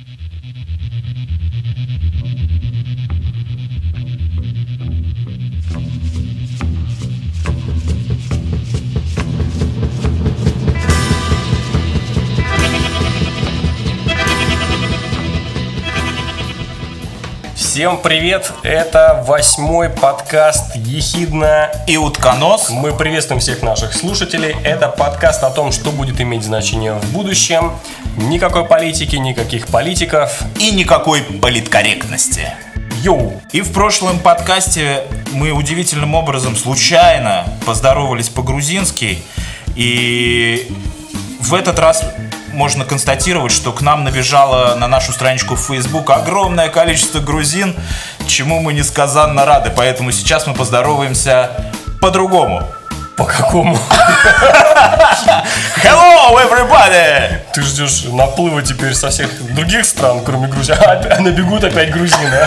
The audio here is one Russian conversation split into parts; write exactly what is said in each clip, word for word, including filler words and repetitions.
Всем привет! Это восьмой подкаст «Ехидна и утконос». Мы приветствуем всех наших слушателей. Это подкаст о том, что будет иметь значение в будущем. Никакой политики, никаких политиков. И никакой политкорректности. Йоу! И в прошлом подкасте мы удивительным образом случайно поздоровались по-грузински. И в этот раз можно констатировать, что к нам набежало на нашу страничку в Facebook огромное количество грузин, чему мы несказанно рады. Поэтому сейчас мы поздороваемся по-другому. По какому? Hello, everybody! Ты ждешь наплыва теперь со всех других стран, кроме Грузии. А набегут опять грузины.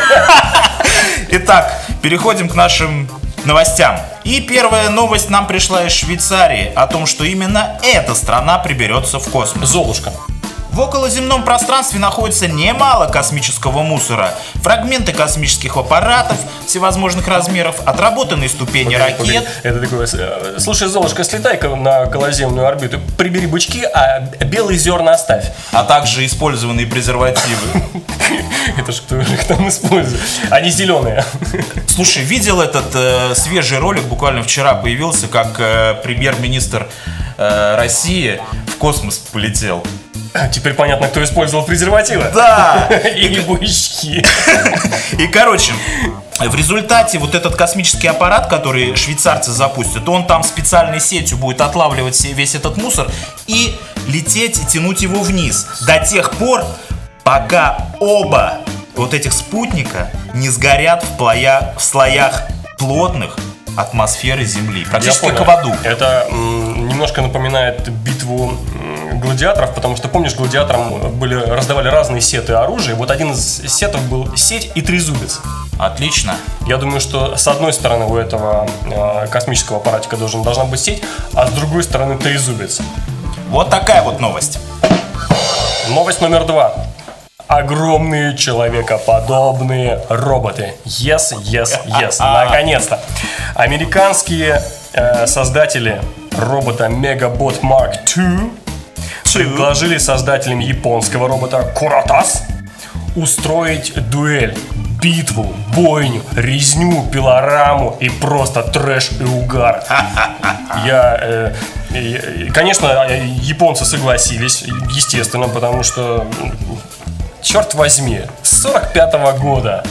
Итак, переходим к нашим новостям. И первая новость нам пришла из Швейцарии о том, что именно эта страна приберется в космос. Золушка. В околоземном пространстве находится немало космического мусора. Фрагменты космических аппаратов всевозможных размеров, отработанные ступени Погоди, ракет. погоди. Это такое: слушай, Золушка, слетай-ка на околоземную орбиту, прибери бычки, а белые зерна оставь. А также использованные презервативы. Это ж кто их там использует? Они зеленые. Слушай, видел этот э, свежий ролик, буквально вчера появился, как э, премьер-министр э, России в космос полетел. Теперь понятно, кто использовал презервативы. Да! И бычки. И, короче, в результате вот этот космический аппарат, который швейцарцы запустят, он там специальной сетью будет отлавливать весь этот мусор и лететь и тянуть его вниз до тех пор, пока оба вот этих спутника не сгорят в, плоя, в слоях плотных атмосферы Земли, практически как в аду. Это м, немножко напоминает битву м, гладиаторов, потому что, помнишь, гладиаторам были, раздавали разные сеты оружия. Вот один из сетов был сеть и трезубец. Отлично. Я думаю, что с одной стороны у этого э, космического аппаратика должен, должна быть сеть, а с другой стороны трезубец. Вот такая вот новость. Новость номер два. Огромные человекоподобные роботы. Yes, yes, yes. Наконец-то. Американские э, создатели робота Megabots Марк два предложили создателям японского робота Куратас устроить дуэль, битву, бойню, резню, пилораму и просто трэш и угар. Я, э, э, конечно, японцы согласились, естественно, потому что, черт возьми, с сорок пятого года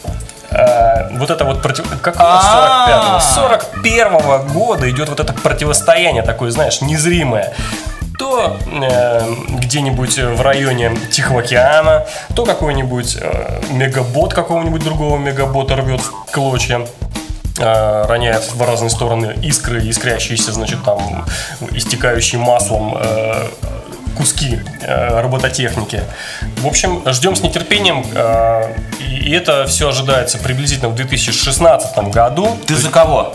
э, вот это вот против... Какого сорок пятого? С сорок первого года идет вот это противостояние такое, знаешь, незримое. То э, где-нибудь в районе Тихого океана, то какой-нибудь э, мегабот какого-нибудь другого мегабота рвет в клочья, э, роняет в разные стороны искры, искрящиеся, значит, там, истекающие маслом э, куски э, робототехники. В общем, ждем с нетерпением, э, и это все ожидается приблизительно в две тысячи шестнадцатом году. Ты за кого?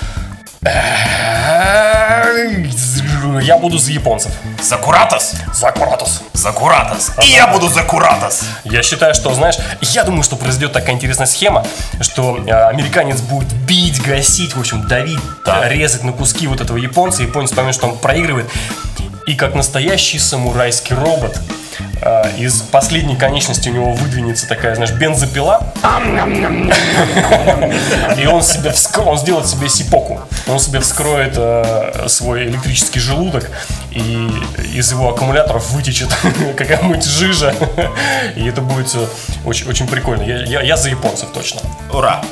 Я буду за японцев. За Куратас? За Куратас. За Куратас. И я буду за Куратас. Я считаю, что, знаешь, я думаю, что произойдет такая интересная схема, что э, американец будет бить, гасить, в общем, давить, да. резать на куски вот этого японца. Японец поймет, что он проигрывает. И как настоящий самурайский робот, э, из последней конечности у него выдвинется такая, знаешь, бензопила. И он себе вскроет, он сделает себе сипоку. Он себе вскроет э, свой электрический желудок, и из его аккумуляторов вытечет какая-нибудь жижа. И это будет очень, очень прикольно. Я, я, я за японцев точно. Ура!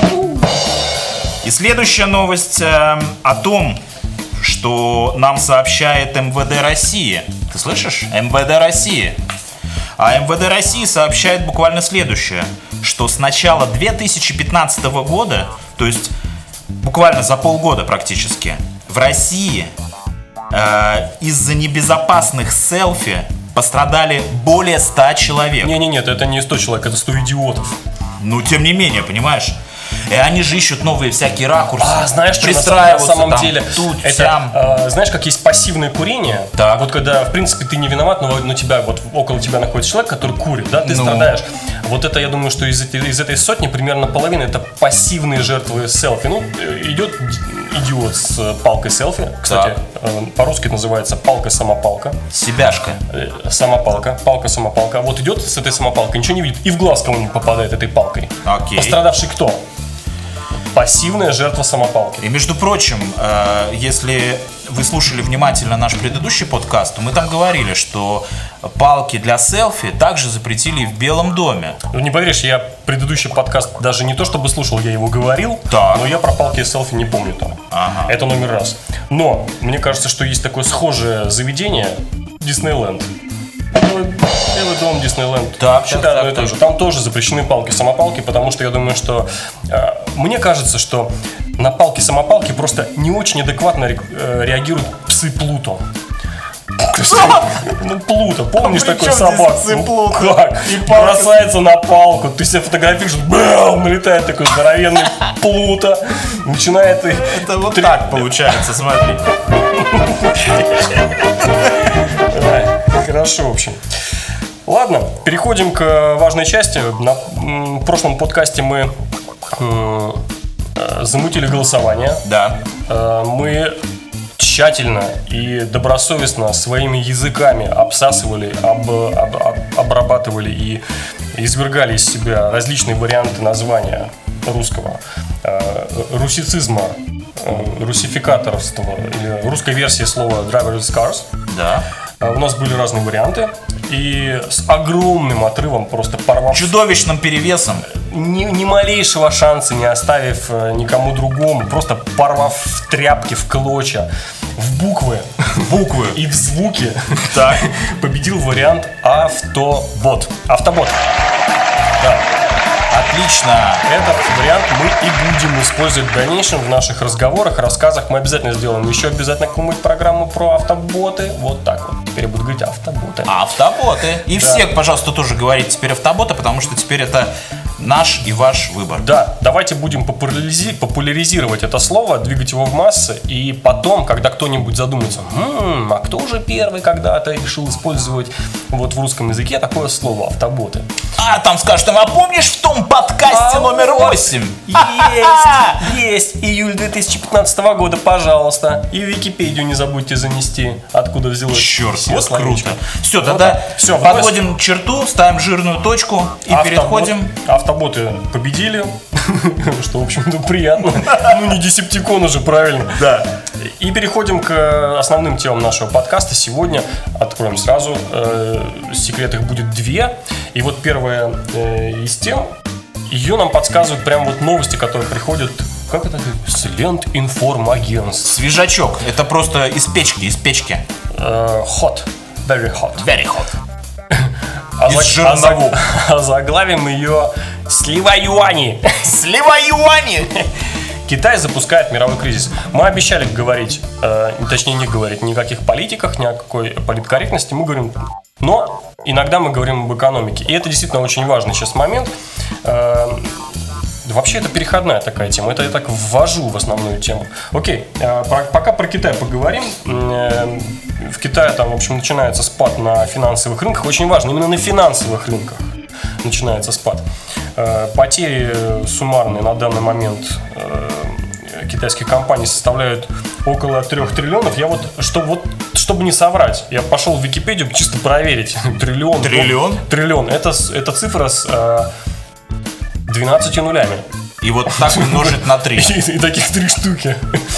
И следующая новость э, о том, что нам сообщает эм вэ дэ России. Ты слышишь? эм вэ дэ России. А эм вэ дэ России сообщает буквально следующее, что с начала две тысячи пятнадцатого года, то есть буквально за полгода практически, в России э, из-за небезопасных селфи пострадали более ста человек. Не-не-нет, это не сто человек, это сто идиотов. Ну, тем не менее, понимаешь? И они же ищут новые всякие ракурсы. А, знаешь, что на самом там, деле? Тут, это, э, знаешь, как есть пассивное курение? Так. Вот когда, в принципе, ты не виноват, но, но тебя, вот около тебя находится человек, который курит, да, ты ну. страдаешь. Вот это, я думаю, что из, из этой сотни примерно половина это пассивные жертвы селфи. Ну, идет идиот с палкой селфи. Кстати, э, по-русски это называется палка-самопалка. Себяшка. Э, самопалка. Палка-самопалка. Вот идет с этой самопалкой, ничего не видит, и в глаз кому-нибудь попадает этой палкой. Окей. Пострадавший кто? Пассивная жертва самопалки. И, между прочим, э, если вы слушали внимательно наш предыдущий подкаст, то мы там говорили, что палки для селфи также запретили и в Белом доме. Ну, не поверишь, я предыдущий подкаст даже не то чтобы слушал, я его говорил, так. но я про палки и селфи не помню там. Ага. Это номер раз. Но мне кажется, что есть такое схожее заведение Диснейленд. Белый дом, Диснейленд. Так, считаю, так, одно и так, то же. Там тоже запрещены палки-самопалки, потому что я думаю, что э, мне кажется, что на палки-самопалки просто не очень адекватно ре, э, реагируют псы Плуто. Ну, Плуто, помнишь такой собак? Ну, как? Бросается на палку, ты себя фотографируешь, бам, налетает такой здоровенный Плуто, начинает... Это вот так получается, смотри. Хорошо, в общем. Ладно, переходим к важной части. На м, прошлом подкасте мы э, замутили голосование. Да. Э, мы тщательно и добросовестно своими языками обсасывали, об, об, об, обрабатывали и извергали из себя различные варианты названия русского. Э, русицизма, э, русификаторства или русской версии слова driverless cars. Да. У нас были разные варианты, и с огромным отрывом, просто порвав... Чудовищным перевесом. Ни, ни малейшего шанса не оставив никому другому, просто порвав в тряпки, в клочья, в буквы, буквы и в звуки, так. победил вариант автобот. Автобот. Да. Отлично. Этот вариант мы и будем использовать в дальнейшем в наших разговорах, рассказах. Мы обязательно сделаем еще обязательно какую-нибудь программу про автоботы. Вот так вот. Теперь будут говорить автоботы. Автоботы. И да. Все, пожалуйста, тоже говорите теперь автоботы, потому что теперь это наш и ваш выбор. Да, давайте будем популяризи- популяризировать это слово, двигать его в массы, и потом, когда кто-нибудь задумается, м-м, а кто же первый когда-то решил использовать вот в русском языке такое слово автоботы? А, там скажут, а помнишь в том подкасте а номер восемь? Есть, есть, июль две тысячи пятнадцатого года, пожалуйста. И в Википедию не забудьте занести, откуда взялось. Черт, все вот словечко. Круто. Все, вот тогда все, подводим вносим. Черту, ставим жирную точку и автобот, переходим. Автоботы победили, что, в общем-то, приятно. Ну, не Десептиконы же, правильно. Да. И переходим к основным темам нашего подкаста. Сегодня откроем сразу. Секрет их будет две. И вот первая из тем, ее нам подсказывают прям вот новости, которые приходят, как это, с лент информагентств. Свежачок. Это просто из печки, из печки. Hot. Very hot. Very hot. А, за, а, за, а заглавим ее «Слива юани». Слива юани. Китай запускает мировой кризис. Мы обещали говорить, э, точнее не говорить ни о каких политиках, ни о какой политкорректности. Мы говорим, но иногда мы говорим об экономике. И это действительно очень важный сейчас момент. Э, вообще это переходная такая тема. Это я так ввожу в основную тему. Окей, э, про, пока про Китай поговорим. Э, в Китае там, в общем, начинается спад на финансовых рынках. Очень важно, именно на финансовых рынках начинается спад. Потери суммарные на данный момент китайских компаний составляют около трех триллионов. Я вот, что, вот, чтобы не соврать, я пошел в Википедию чисто проверить. Триллион. Триллион? Дом, триллион. Это, это цифра с э, двенадцатью нулями. И вот так умножить на три. И, и таких три штуки.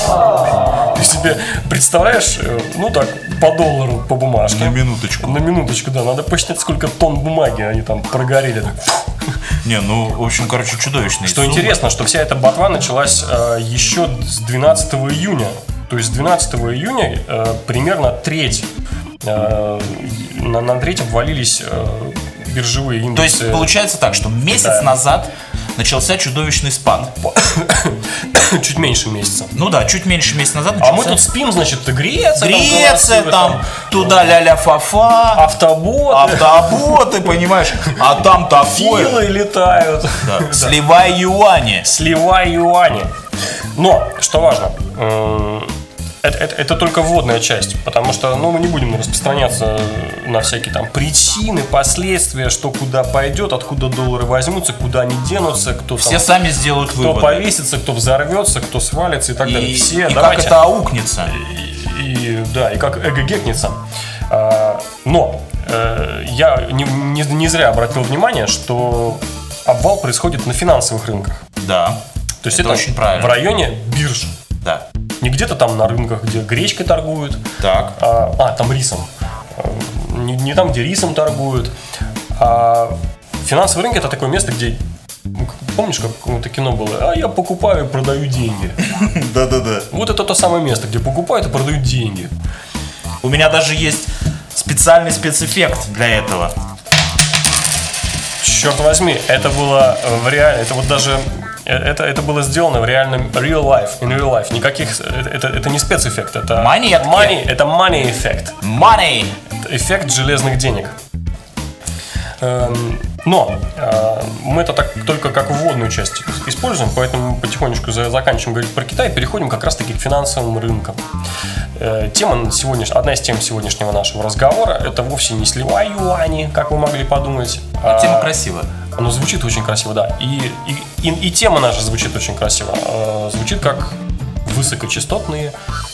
Ты себе представляешь, ну так, по доллару, по бумажке. На минуточку. На минуточку, да. Надо посчитать, сколько тонн бумаги они там прогорели. Не, ну, в общем, короче, чудовищные Что суммы. Интересно, что вся эта ботва началась э, еще с двенадцатого июня. То есть с двенадцатого июня э, примерно треть, э, на, на треть обвалились э, биржевые индексы. То есть получается так, что месяц да. назад начался чудовищный спад. Чуть меньше месяца. Ну да, чуть меньше месяца назад начался. А мы тут спим, значит, Греция. Греция, там, там туда ля-ля-фа-фа. Автоботы. Автоботы, понимаешь? А там такое. Филы летают. Да. Да. Сливай юани. Сливай юани. Но, что важно, это, это, это только вводная часть, потому что, ну, мы не будем распространяться на всякие там причины, последствия, что куда пойдет, откуда доллары возьмутся, куда они денутся, кто все там, сами сделают кто выводы. повесится, кто взорвется, кто свалится и так и, далее. Все, и давайте. как это аукнется. И, и, да, и как эго гекнется. А, но э, я не, не, не зря обратил внимание, что обвал происходит на финансовых рынках. Да. То есть это, это очень правильно. В районе бирж. Да. Не где-то там на рынках, где гречкой торгуют. Так. А, а там рисом. Не, не там, где рисом торгуют. А финансовый рынок — это такое место, где... Помнишь, как какое-то кино было? А я покупаю и продаю деньги. Да-да-да. Вот это то самое место, где покупают и продают деньги. У меня даже есть специальный спецэффект для этого. Черт возьми, это было в реале... Это вот даже... Это, это было сделано в реальном real life, in real life. Никаких, это, это, это не спецэффект, это money, money, это money эффект. Money. Эффект железных денег. Но мы это так, только как вводную часть используем, поэтому потихонечку заканчиваем говорить про Китай и переходим как раз-таки к финансовым рынкам. Тема сегодняш... Одна из тем сегодняшнего нашего разговора — это вовсе не сливай юани, как вы могли подумать. А тема красивая. Оно звучит очень красиво, да. И, и, и, и тема наша звучит очень красиво. Звучит как высокочастотные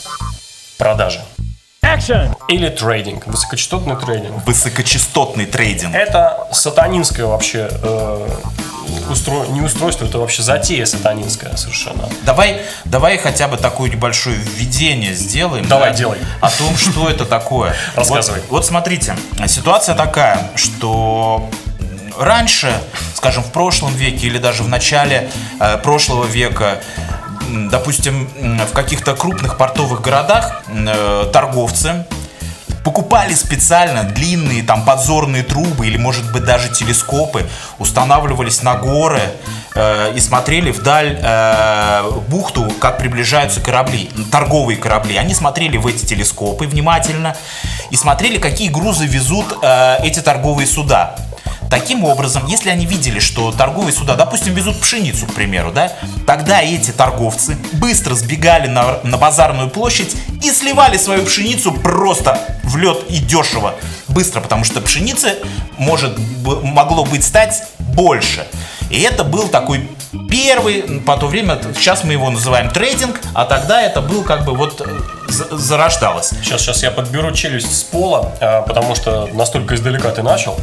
продажи. Action. Или трейдинг. Высокочастотный трейдинг. Высокочастотный трейдинг. Это сатанинское вообще э, устро... не устройство, это вообще затея сатанинская совершенно. Давай, давай хотя бы такое небольшое введение сделаем. Давай, да, делай. О том, что это такое. Рассказывай. Вот, вот смотрите, ситуация такая, что раньше, скажем, в прошлом веке или даже в начале э, прошлого века, допустим, в каких-то крупных портовых городах э, торговцы покупали специально длинные там подзорные трубы или, может быть, даже телескопы, устанавливались на горы э, и смотрели вдаль э, бухту, как приближаются корабли, торговые корабли. Они смотрели в эти телескопы внимательно и смотрели, какие грузы везут э, эти торговые суда. Таким образом, если они видели, что торговые суда, допустим, везут пшеницу, к примеру, да, тогда эти торговцы быстро сбегали на, на базарную площадь и сливали свою пшеницу просто в лед и дешево. Быстро, потому что пшеницы может, могло быть стать больше. И это был такой первый, по то время, сейчас мы его называем трейдинг, а тогда это был как бы вот зарождалось. Сейчас, сейчас я подберу челюсть с пола, потому что настолько издалека ты начал.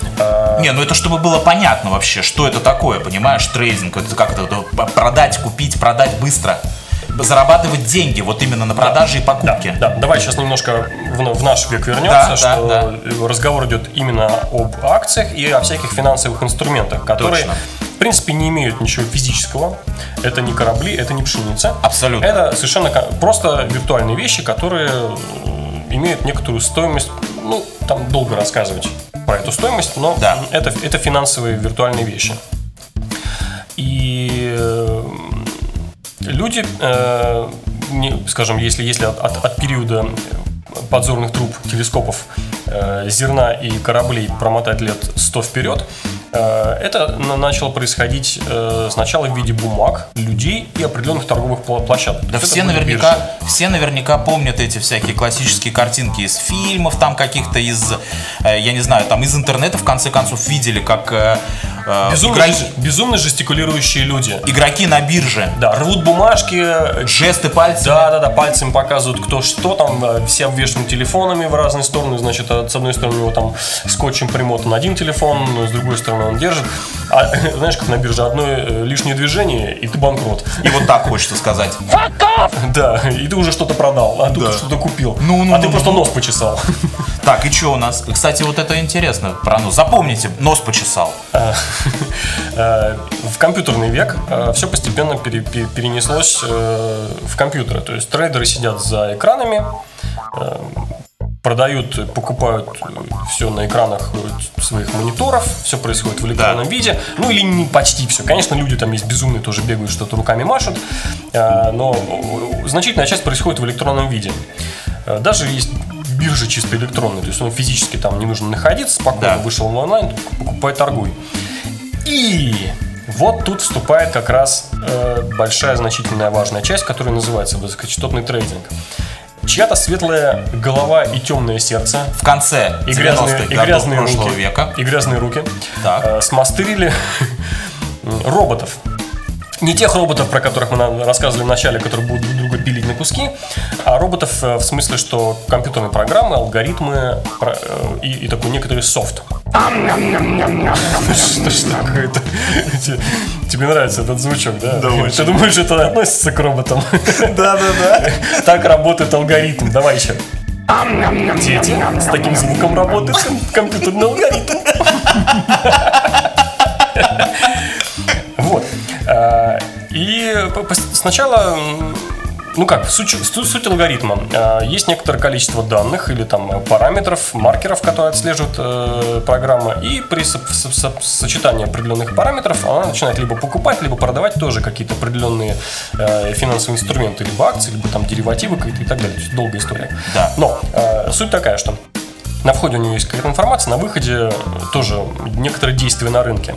Не, ну это чтобы было понятно вообще, что это такое, понимаешь, трейдинг, это как это, продать, купить, продать быстро. Зарабатывать деньги вот именно на продаже да, и покупке. Да, да, давай сейчас немножко в, в наш век вернемся, да, что да, да. разговор идет именно об акциях и о всяких финансовых инструментах, которые, Точно. в принципе, не имеют ничего физического. Это не корабли, это не пшеница. Абсолютно. Это совершенно просто виртуальные вещи, которые имеют некоторую стоимость. Ну, там долго рассказывать про эту стоимость, но да. это, это финансовые виртуальные вещи. И люди, э, не, скажем, если, если от, от, от периода подзорных труб, телескопов, э, зерна и кораблей промотать лет сто вперед, э, это начало происходить э, сначала в виде бумаг, людей и определенных торговых площадок. Да все наверняка, все наверняка помнят эти всякие классические картинки из фильмов, там каких-то из, э, я не знаю, там из интернета в конце концов видели, как э, Безумно, игроки, жест, безумно жестикулирующие люди. Игроки на бирже. Да, рвут бумажки. Жесты пальцами. Да, да, да, пальцем показывают, кто что там. Все обвешаны телефонами в разные стороны. Значит, с одной стороны у него там скотчем примотан один телефон, с другой стороны он держит. А знаешь, как на бирже, одно лишнее движение, и ты банкрот. И вот так хочется сказать. Fuck off! Да, и ты уже что-то продал, а ты да. что-то купил. Ну, ну, а ну, ты ну, просто ну. нос почесал. Так, и что у нас? Кстати, вот это интересно про нос. Запомните, нос почесал. В компьютерный век все постепенно перенеслось в компьютеры. То есть трейдеры сидят за экранами, продают, покупают все на экранах своих мониторов, все происходит в электронном да. виде, ну или не почти все. Конечно, люди там есть безумные, тоже бегают, что-то руками машут, но значительная часть происходит в электронном виде. Даже есть биржа чисто электронная, то есть он физически там не нужно находиться, спокойно да. вышел в онлайн, покупай, торгуй. И вот тут вступает как раз э, большая, значительная, важная часть, которая называется высокочастотный трейдинг. Чья-то светлая голова и темное сердце в конце и грязные, и грязные прошлого руки, века и грязные руки э, смастерили роботов. Не тех роботов, про которых мы рассказывали в начале, которые будут друг друга пилить на куски, а роботов в смысле, что компьютерные программы, алгоритмы и, и такой некоторый софт. Что ж такое-то? Тебе нравится этот звучок, да? Ты думаешь, это относится к роботам? Да-да-да. Так работает алгоритм. Давай еще. Дети, с таким звуком работает компьютерный алгоритм. Вот. И сначала, ну как, суть, суть алгоритма. Есть некоторое количество данных или там параметров, маркеров, которые отслеживает э, программа. И при со- со- сочетании определенных параметров она начинает либо покупать, либо продавать тоже какие-то определенные э, финансовые инструменты, либо акции, либо там деривативы какие-то и так далее. То есть долгая история. Да. Но э, суть такая, что на входе у нее есть какая-то информация, на выходе тоже некоторые действия на рынке.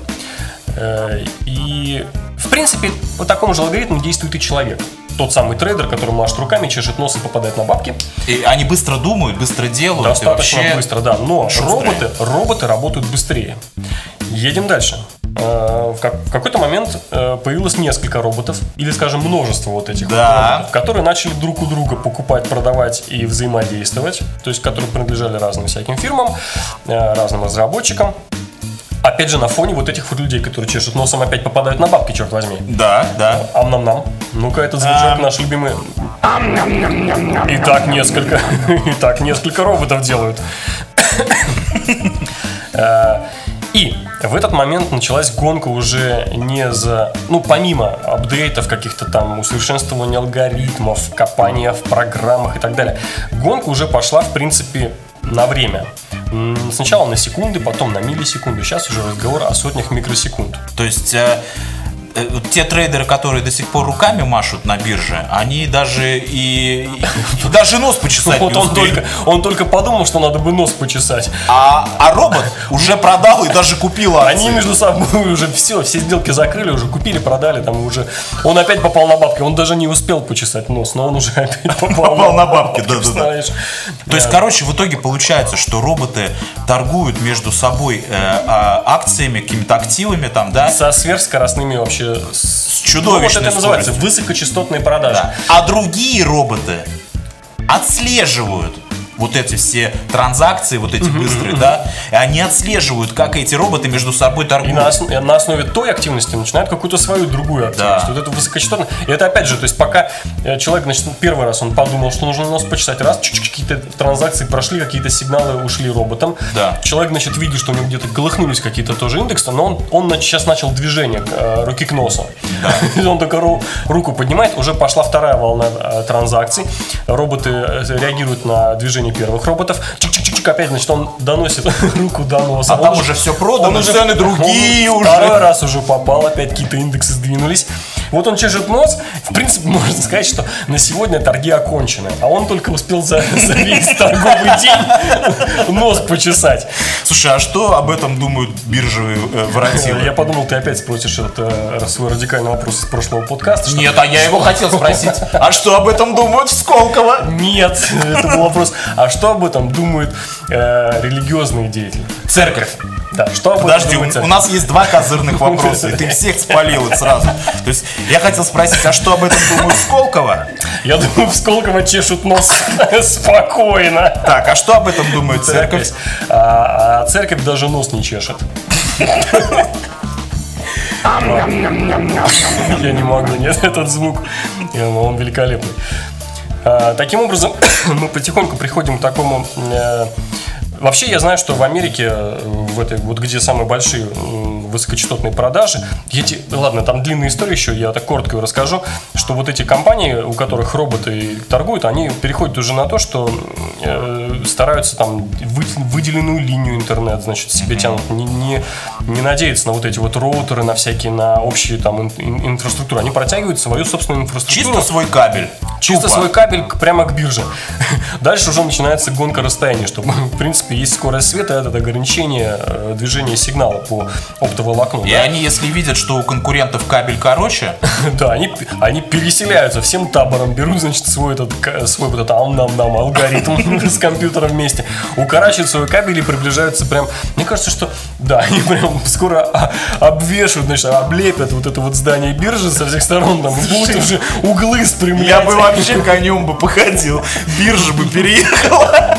И, в принципе, по такому же алгоритму действует и человек. Тот самый трейдер, который машет руками, чешет нос и попадает на бабки. И они быстро думают, быстро делают. Достаточно вообще... быстро, да. Но роботы, роботы работают быстрее. Едем дальше. В какой-то момент появилось несколько роботов, или, скажем, множество вот этих да. вот роботов, которые начали друг у друга покупать, продавать и взаимодействовать. То есть, которые принадлежали разным всяким фирмам, разным разработчикам. Опять же, на фоне вот этих вот людей, которые чешут носом, опять попадают на бабки, черт возьми. Да, да. Ам-нам-нам. Ну-ка, этот звучок Ам. наш любимый. И так несколько. И так несколько роботов делают. И в этот момент началась гонка уже не за... Ну, помимо апдейтов, каких-то там усовершенствования алгоритмов, копания в программах и так далее. Гонка уже пошла, в принципе, на время. Сначала на секунды, потом на миллисекунды. Сейчас уже разговор о сотнях микросекунд. То есть э, э, те трейдеры, которые до сих пор руками машут на бирже, они даже и, и даже нос почесать вот не он только, он только подумал, что надо бы нос почесать. А, а робот уже продал и даже купил акции. Они между собой уже все, все сделки закрыли, уже купили, продали, там уже. Он опять попал на бабки, он даже не успел почесать нос, но он уже опять попал, попал на бабки. Да, да, да. То есть, короче, в итоге получается, что роботы торгуют между собой э, э, акциями, какими-то активами там, да? Со сверхскоростными вообще. С чудовищной ну, вот это называется высокочастотные продажи. Да. А другие роботы отслеживают вот эти все транзакции, вот эти uh-huh, быстрые, uh-huh. да, и они отслеживают, как эти роботы между собой торгуют. И на, основ, на основе той активности начинают какую-то свою другую активность. Да. Вот это высокочастотное. И это опять же, то есть пока человек, значит, первый раз он подумал, что нужно нос почесать, раз, чуть-чуть какие-то транзакции прошли, какие-то сигналы ушли роботам. Да. Человек, значит, видит, что у него где-то колыхнулись какие-то тоже индексы, но он, он значит, сейчас начал движение э, руки к носу. Да. Он только ру, руку поднимает, уже пошла вторая волна э, транзакций. Роботы реагируют на движение первых роботов. Чик-чик-чик, опять, значит, он доносит руку до носа. А он там уже все продано, уже, цены другие он уже. Второй раз уже попал, опять какие-то индексы сдвинулись. Вот он чешет нос. В принципе, можно сказать, что на сегодня торги окончены. А он только успел за, за весь торговый день нос почесать. Слушай, а что об этом думают биржевые э, воротилы? Я подумал, ты опять спросишь этот э, свой радикальный вопрос из прошлого подкаста. Нет, а я его хотел спросить. А что об этом думают в Сколково? Нет, это был вопрос. А что об этом думают э, религиозные деятели? Церковь. Да, что об Подожди, у, у нас есть два козырных вопроса, и ты всех спалил их сразу. То есть я хотел спросить, а что об этом думают в Сколково? Я думаю, в Сколково чешут нос спокойно. Так, а что об этом думает церковь? Церковь. А, а церковь даже нос не чешет. Я не могу, нет, этот звук, он великолепный. А, таким образом, мы потихоньку приходим к такому... Э, вообще, я знаю, что в Америке, в этой, вот где самые большие высокочастотные продажи, эти, ладно, там длинная история еще, я так коротко расскажу, что что вот эти компании, у которых роботы торгуют, они переходят уже на то, что э, стараются там вы, выделенную линию интернет, значит, себе mm-hmm. тянут, не, не, не надеются на вот эти вот роутеры, на всякие, на общие там ин, ин, инфраструктуру. Они протягивают свою собственную инфраструктуру. Чисто свой кабель. Чисто Тупо. свой кабель к, прямо к бирже. Дальше уже начинается гонка расстояния, что, в принципе, есть скорость света, это ограничение э, движения сигнала по оптоволокну. И да? они, если видят, что у конкурентов кабель короче... Да, они, они переселяются всем табором, берут, значит, свой этот, свой вот этот ам-нам-нам алгоритм с компьютером вместе, укорачивают свой кабель и приближаются прям... Мне кажется, что, да, они прям скоро обвешивают, значит, облепят вот это вот здание биржи со всех сторон, там будут уже углы спрямлять. Я бы вообще конем бы походил, биржа бы переехала.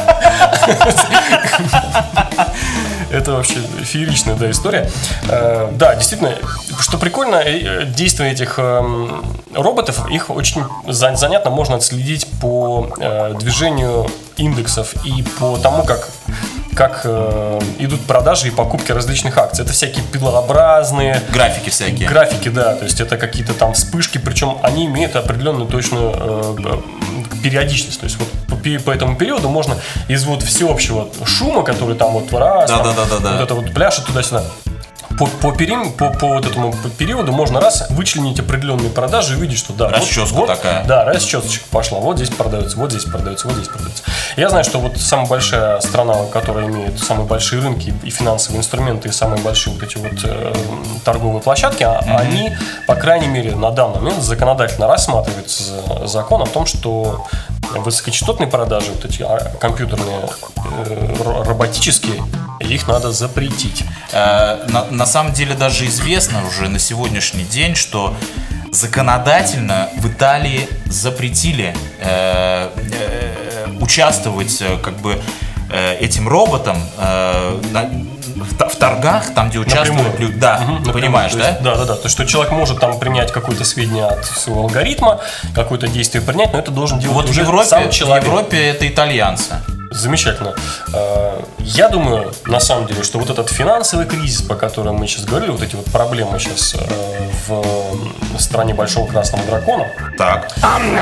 Это вообще фееричная, да, история. Э, да, действительно, что прикольно, действия этих э, роботов, их очень за, занятно можно отследить по э, движению индексов и по тому, как, как э, идут продажи и покупки различных акций. Это всякие пилообразные... Графики всякие. Графики, да, то есть это какие-то там вспышки, причем они имеют определенную точную э, периодичность. То есть вот по, по этому периоду можно из вот всеобщего шума, который там вот раз, да, там, да, да, да, да. вот это вот пляшет туда-сюда, по, по, перим, по, по вот этому периоду можно раз вычленить определенные продажи и увидеть, что да, расческа вот, такая. Да, расчесочка пошла. Вот здесь продается, вот здесь продается, вот здесь продается. Я знаю, что вот самая большая страна, которая имеет самые большие рынки и финансовые инструменты, и самые большие вот эти вот э, торговые площадки, mm-hmm. они, по крайней мере, на данный момент законодательно рассматривается закон о том, что высокочастотные продажи, вот эти компьютерные, э, роботические, их надо запретить. Э, на, на самом деле даже известно уже на сегодняшний день, что законодательно в Италии запретили э, э, участвовать э, как бы э, этим роботам э, на, в, в торгах, там, где участвуют люди. Да, угу, ты понимаешь, да? Да, да, да. То есть, что человек может там принять какое-то сведение от своего алгоритма, какое-то действие принять, но это должен делать вот уже в Европе, сам человек. В Европе это итальянцы. Замечательно. Я думаю, на самом деле, что вот этот финансовый кризис, по которому мы сейчас говорили, вот эти вот проблемы сейчас в стране Большого Красного Дракона. Так.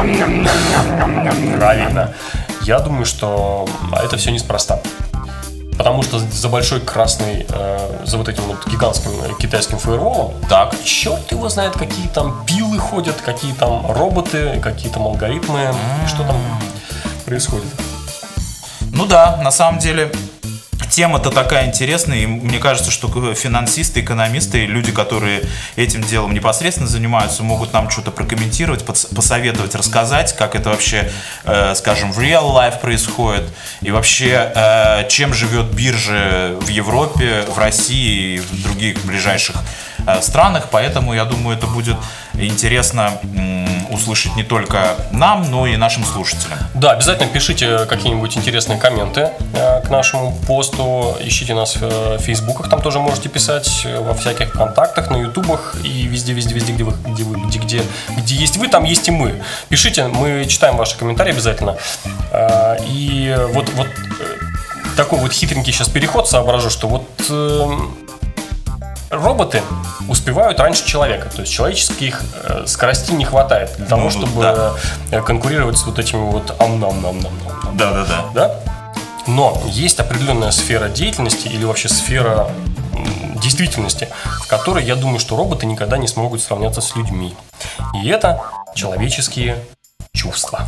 Правильно. Я думаю, что это все неспроста. Потому что за большой красный, за вот этим вот гигантским китайским фаерволом, так, черт его знает, какие там пилы ходят, какие там роботы, какие там алгоритмы, mm-hmm. что там происходит. Ну да, на самом деле тема-то такая интересная, и мне кажется, что финансисты, экономисты, люди, которые этим делом непосредственно занимаются, могут нам что-то прокомментировать, посоветовать, рассказать, как это вообще, э, скажем, в real life происходит, и вообще, э, чем живет биржа в Европе, в России и в других ближайших э, странах. Поэтому, я думаю, это будет интересно м- услышать не только нам, но и нашим слушателям. Да, обязательно пишите какие-нибудь интересные комменты э, к нашему посту, ищите нас в э, фейсбуках, там тоже можете писать, во всяких контактах, на ютубах и везде-везде-везде, где, вы, где, вы, где, где, где есть вы, там есть и мы. Пишите, мы читаем ваши комментарии обязательно. Э, и вот, вот э, такой вот хитренький сейчас переход соображу, что вот... Э, роботы успевают раньше человека, то есть человеческих э, скоростей не хватает для того, ну, чтобы да. э, конкурировать с вот этими вот ам-нам-нам-нам-нам. Да-да-да. Да? Но есть определенная сфера деятельности или вообще сфера м, действительности, в которой, я думаю, что роботы никогда не смогут сравняться с людьми. И это человеческие чувства.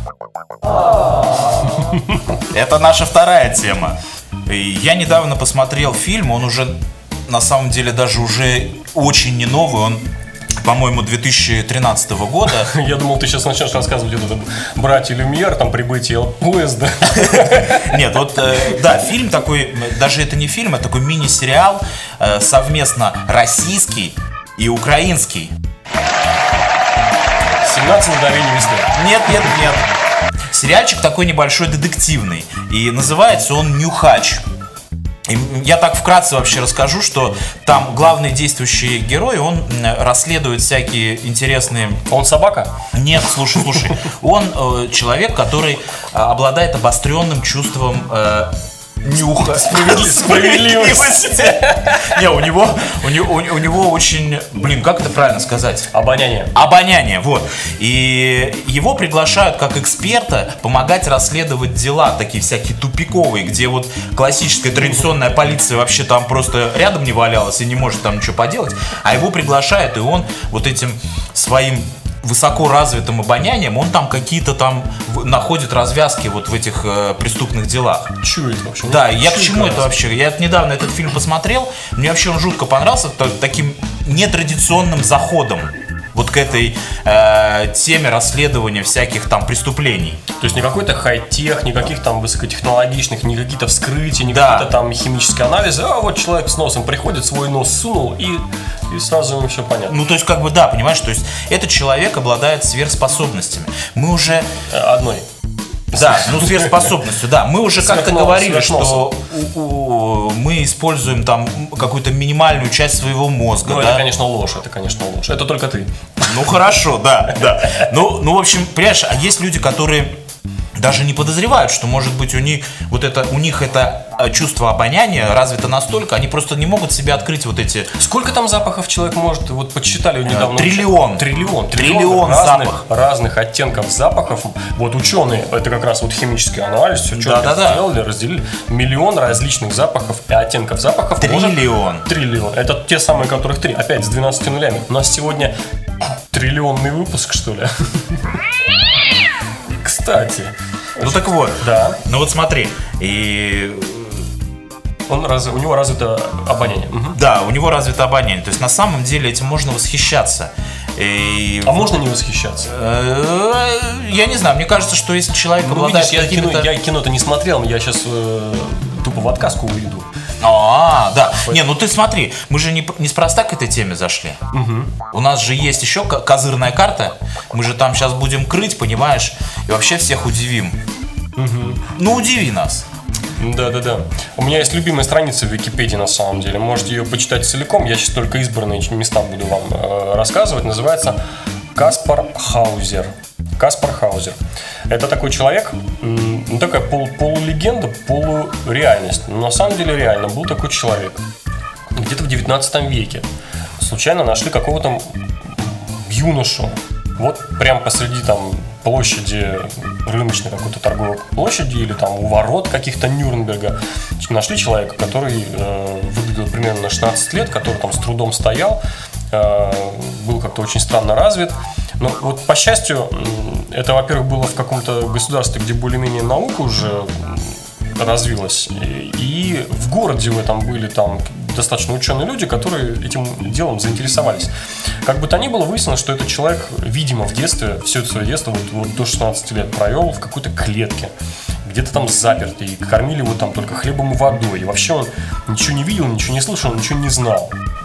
Это наша вторая тема. Я недавно посмотрел фильм, он уже... на самом деле даже уже очень не новый, он, по-моему, две тысячи тринадцатого года. Я думал, ты сейчас начнешь рассказывать вот это «Братья Люмьер», там «Прибытие поезда». Нет, вот, да, фильм такой, даже это не фильм, это такой мини-сериал, совместно российский и украинский. семнадцать мгновений весны. Нет, нет, нет. Сериальчик такой небольшой, детективный, и называется он «Нюхач». И я так вкратце вообще расскажу, что там главный действующий герой, он расследует всякие интересные... Он собака? Нет, слушай, слушай. Он э, человек, который э, обладает обостренным чувством э, нюха. Справедливость. Не, у него, у него, у него очень, блин, как это правильно сказать? Обоняние. Обоняние, вот. И его приглашают как эксперта помогать расследовать дела, такие всякие тупиковые, где вот классическая традиционная полиция вообще там просто рядом не валялась и не может там ничего поделать, а его приглашают, и он вот этим своим высоко развитым обонянием, он там какие-то там в- находит развязки вот в этих э, преступных делах. Чует вообще. Да, я к Чует чему раз. это вообще? Я недавно этот фильм посмотрел, мне вообще он жутко понравился, та- таким нетрадиционным заходом вот к этой э, теме расследования всяких там преступлений. То есть не какой-то хай-тех, никаких там высокотехнологичных, не какие-то вскрытия, не Да. какие-то там химические анализы. А вот человек с носом приходит, свой нос сунул, и, и сразу ему все понятно. Ну, то есть, как бы, да, понимаешь, то есть этот человек обладает сверхспособностями. Мы уже... Э, Одной. Да, ну сверхспособностью, да. Мы уже как-то Сверхнос, говорили, сверхнос. что у- у- мы используем там какую-то минимальную часть своего мозга, Ну, да? это, конечно, ложь, это, конечно, ложь. Это только ты. Ну хорошо, да, да. Ну, ну, в общем, понимаешь, а есть люди, которые даже не подозревают, что, может быть, у них вот это, у них это э, чувство обоняния развито настолько, они просто не могут себе открыть вот эти... Сколько там запахов человек может? Вот подсчитали недавно. триллион. Триллион. Триллион разных, запах. разных оттенков запахов. Вот ученые, это как раз вот химический анализ, все четко Да-да-да. сделали, разделили. Миллион различных запахов и оттенков запахов. может- Триллион. Триллион. Это те самые, которых три. Опять с двенадцатью нулями. У нас сегодня триллионный выпуск, что ли? Кстати. Ну так вот, Да. ну вот смотри, и Он раз, у него развито обоняние. Мгм. да, у него развито обоняние, то есть на самом деле этим можно восхищаться. И А можно не восхищаться? Э, я не знаю, мне кажется, что если человек Ну, обладает видишь, я кино, какими-то... я кино-то не смотрел, я сейчас э, тупо в отказку уйду. А, да. Не, ну ты смотри, мы же не, неспроста к этой теме зашли. У нас же есть еще ко- козырная карта. Мы же там сейчас будем крыть, понимаешь, и вообще всех удивим. Ну, удиви нас. Да-да-да. У меня есть любимая страница в Википедии, на самом деле. Можете ее почитать целиком. Я сейчас только избранные места буду вам э, рассказывать. Называется Каспар Хаузер. Каспар Хаузер. Это такой человек, м, ну, такая пол- полулегенда, полуреальность. Но на самом деле реально был такой человек. Где-то в девятнадцатом веке случайно нашли какого-то юношу. Вот прям посреди там площади, рыночной какой-то торговой площади или там у ворот каких-то Нюрнберга нашли человека, который э, выглядел примерно на шестнадцать лет, который там с трудом стоял, э, был как-то очень странно развит. Но вот по счастью, м, это, во-первых, было в каком-то государстве, где более-менее наука уже м, развилась, и, и в городе в этом были там достаточно ученые люди, которые этим делом заинтересовались. Как бы то ни было, выяснилось, что этот человек, видимо, в детстве, все свое детство, вот, вот до шестнадцати лет провел в какой-то клетке, где-то там запертый, и кормили его там только хлебом и водой, и вообще он ничего не видел, ничего не слышал, ничего не знал.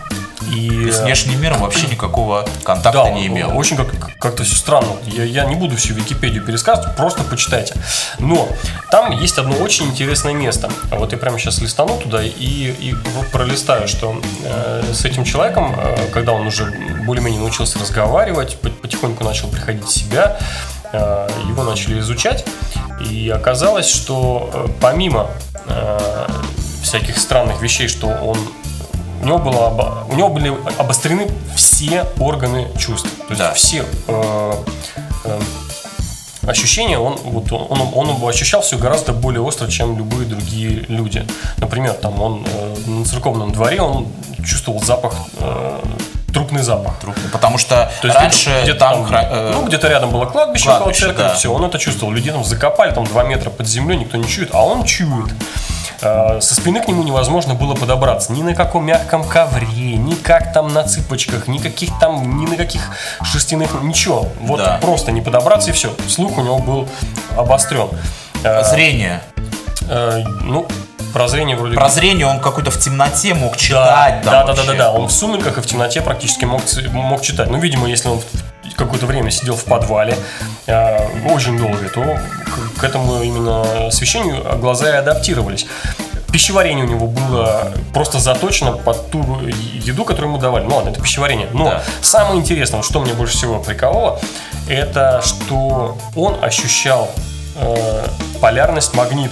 И С внешним миром вообще никакого контакта да, не имел. очень как- как-то все странно. Я, я не буду всю Википедию пересказывать, просто почитайте. Но там есть одно очень интересное место. Вот я прямо сейчас листану туда и, и вот пролистаю, что э, с этим человеком, э, когда он уже более-менее научился разговаривать, по- потихоньку начал приходить в себя, э, его начали изучать, и оказалось, что э, помимо э, всяких странных вещей, что он у него, было, обо- у него были обострены все органы чувств. То есть Да. все э, э, ощущения он, вот он, он, он ощущал все гораздо более остро, чем любые другие люди. Например, там он э, на церковном дворе он чувствовал запах, э, трупный запах. Потому что То есть раньше где-то, где-то там... там, хра- э, ну, где-то рядом было кладбище, кладбище, около церкви, да. все, он это чувствовал. Людей там закопали, там два метра под землей, никто не чует, а он чует. Э, Со спины к нему невозможно было подобраться ни на каком мягком ковре, ни как там на цыпочках, никаких там, ни на каких шерстяных, ничего. Вот Да. просто не подобраться и все. Слух у него был обострен. Э, Зрение. э, Ну, про зрение вроде Про зрение он какой-то в темноте мог читать. да, там да, да, да, вообще. да. Он в сумерках и в темноте практически мог, ц- мог читать. Ну, видимо, если он в- какое-то время сидел в подвале э, очень долго, то к, к этому именно освещению глаза и адаптировались. Пищеварение у него было просто заточено под ту еду, которую ему давали. Ну ладно, это пищеварение. Но Да. самое интересное, что мне больше всего прикололо, это что он ощущал э, полярность магнита. Вот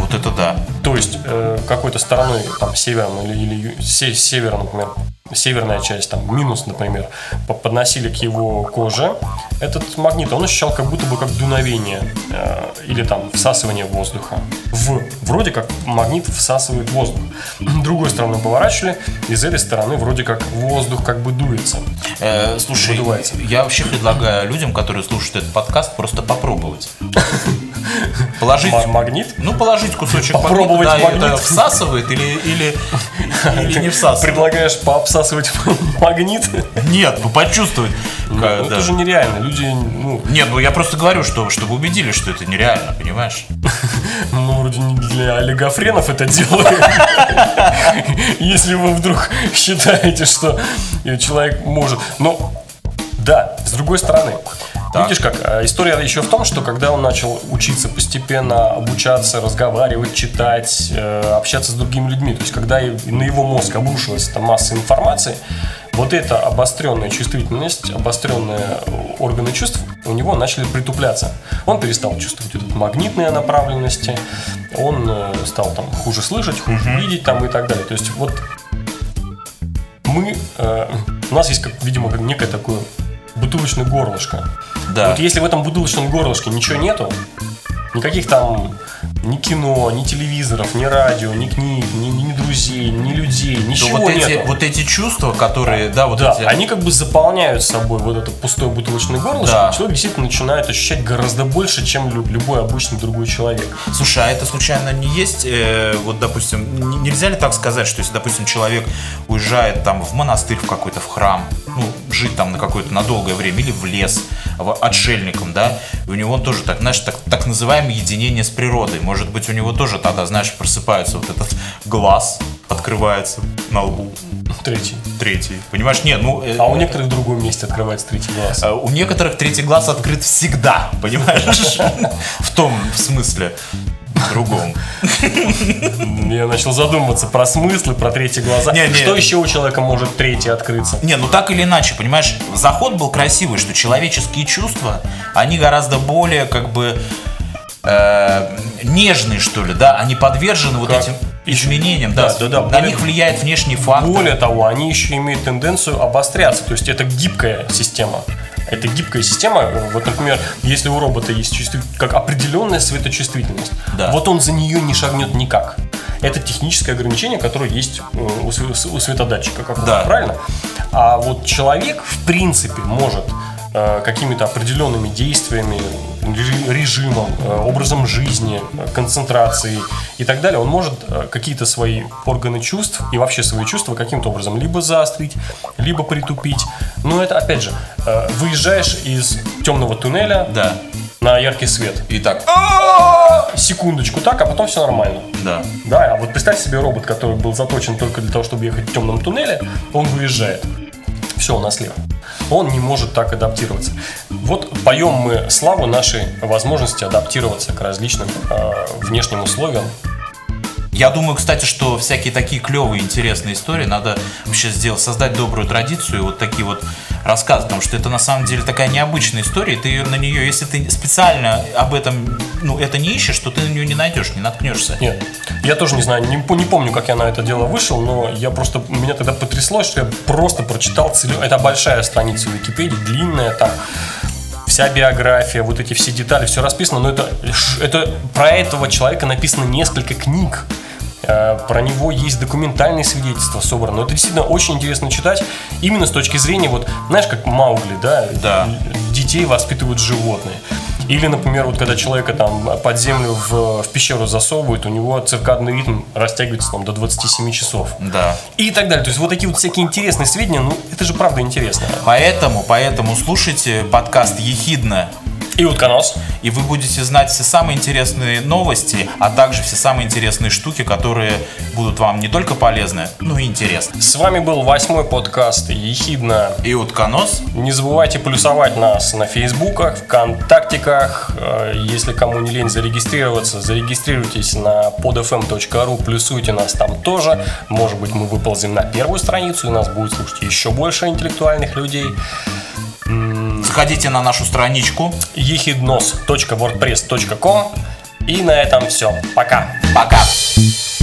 Вот это да. То есть э, какой-то стороной, там, северной или, или се- север, например, северная часть, там, минус, например, подносили к его коже этот магнит, он ощущал как будто бы как дуновение э, или там всасывание воздуха. В, вроде как магнит всасывает воздух. Другой стороной поворачивали, из этой стороны вроде как воздух как бы дуется. Э, слушай, выдувается. Я вообще предлагаю людям, которые слушают этот подкаст, просто попробовать. Положить магнит? Ну, положить кусочек попробовать магнита, магнит. Да, это всасывает или, или, или не всасывает. Предлагаешь пообсасывать магнит? Нет, ну почувствовать. Ну, как, это да. же нереально. Люди, ну... Нет, ну я просто говорю, что, чтобы убедились, что это нереально, понимаешь? Ну, вроде не для олигофренов это делают. Если вы вдруг считаете, что человек может... Ну, да, с другой стороны. Так. Видишь как, история еще в том, что когда он начал учиться постепенно, обучаться, разговаривать, читать, общаться с другими людьми, то есть когда на его мозг обрушилась эта масса информации, вот эта обостренная чувствительность, обостренные органы чувств у него начали притупляться. Он перестал чувствовать вот эти магнитные направленности, он стал там хуже слышать, хуже mm-hmm. видеть там и так далее. То есть вот мы, э, у нас есть, как, видимо, некое такое бутылочное горлышко. Да. Вот если в этом бутылочном горлышке ничего нету, никаких там ни кино, ни телевизоров, ни радио, ни книг, ни, ни друзей, ни людей, ничего вот эти, нету. Вот эти чувства, которые, да, вот да, эти... они как бы заполняют собой вот это пустое бутылочное горлышко, да. И человек действительно начинает ощущать гораздо больше, чем любой обычный другой человек. Слушай, а это случайно не есть, э, вот, допустим, нельзя ли так сказать, что если, допустим, человек уезжает там в монастырь в какой-то, в храм, ну, жить там на какое-то, на долгое время, или в лес, в, отшельником, да, и у него тоже, так, знаешь, так, так называемое единение с природой. Может быть, у него тоже тогда, знаешь, просыпается вот этот глаз, открывается на лбу. Третий. Третий. Понимаешь, нет, ну... А у некоторых в другом месте открывается третий глаз. У некоторых третий глаз открыт всегда, понимаешь? В том смысле. Другом. Я начал задумываться про смыслы, про третьи глаза. Не, не. Что еще у человека может третий открыться? Не, ну так или иначе, понимаешь, заход был красивый, что человеческие чувства, они гораздо более как бы э, нежные, что ли, да, они подвержены вот как? этим изменениям, да, да, да, да. На более, них влияет внешний фактор. Более того, они еще имеют тенденцию обостряться, то есть это гибкая система. Это гибкая система. Вот, например, если у робота есть чувствитель, как определенная светочувствительность, да. Вот он за нее не шагнет никак. Это техническое ограничение, которое есть у светодатчика, как да. Правильно? А вот человек, в принципе, может какими-то определенными действиями, режимом, образом жизни, концентрацией и так далее, он может какие-то свои органы чувств и вообще свои чувства каким-то образом либо заострить, либо притупить. Но это, опять же, выезжаешь из темного туннеля да. на яркий свет. И так. Секундочку так, а потом все нормально. Да. Да, а вот представь себе робот, который был заточен только для того, чтобы ехать в темном туннеле, он выезжает. Все, он ослеп. Он не может так адаптироваться. Вот поем мы славу нашей возможности адаптироваться к различным э, внешним условиям. Я думаю, кстати, что всякие такие клевые, интересные истории надо вообще сделать, создать добрую традицию, вот такие вот рассказы, потому что это на самом деле такая необычная история, ты на нее, если ты специально об этом, ну, это не ищешь, то ты на нее не найдешь, не наткнешься. Нет, я тоже не знаю, не, не помню, как я на это дело вышел, но я просто, меня тогда потрясло, что я просто прочитал целую, это большая страница в Википедии, длинная, там вся биография, вот эти все детали, все расписано, но это, это про этого человека написано несколько книг. Про него есть документальные свидетельства собраны. Но это действительно очень интересно читать. Именно с точки зрения, вот, знаешь, как Маугли, да? Да. Детей воспитывают животные. Или, например, вот когда человека там под землю в, в пещеру засовывают, у него циркадный ритм растягивается там, до двадцати семи часов. Да. И так далее. То есть вот такие вот всякие интересные сведения, ну, это же правда интересно. Поэтому, поэтому слушайте подкаст «Ехидна». И утконос. И вы будете знать все самые интересные новости, а также все самые интересные штуки, которые будут вам не только полезны, но и интересны. С вами был восьмой подкаст «Ехидна» и утконос. Не забывайте плюсовать нас на Фейсбуках, ВКонтактиках. Если кому не лень зарегистрироваться, зарегистрируйтесь на под эф эм точка ру, плюсуйте нас там тоже. Может быть, мы выползем на первую страницу, и нас будет слушать еще больше интеллектуальных людей. Заходите на нашу страничку ехиднос точка вордпресс точка ком. И на этом все. Пока. Пока.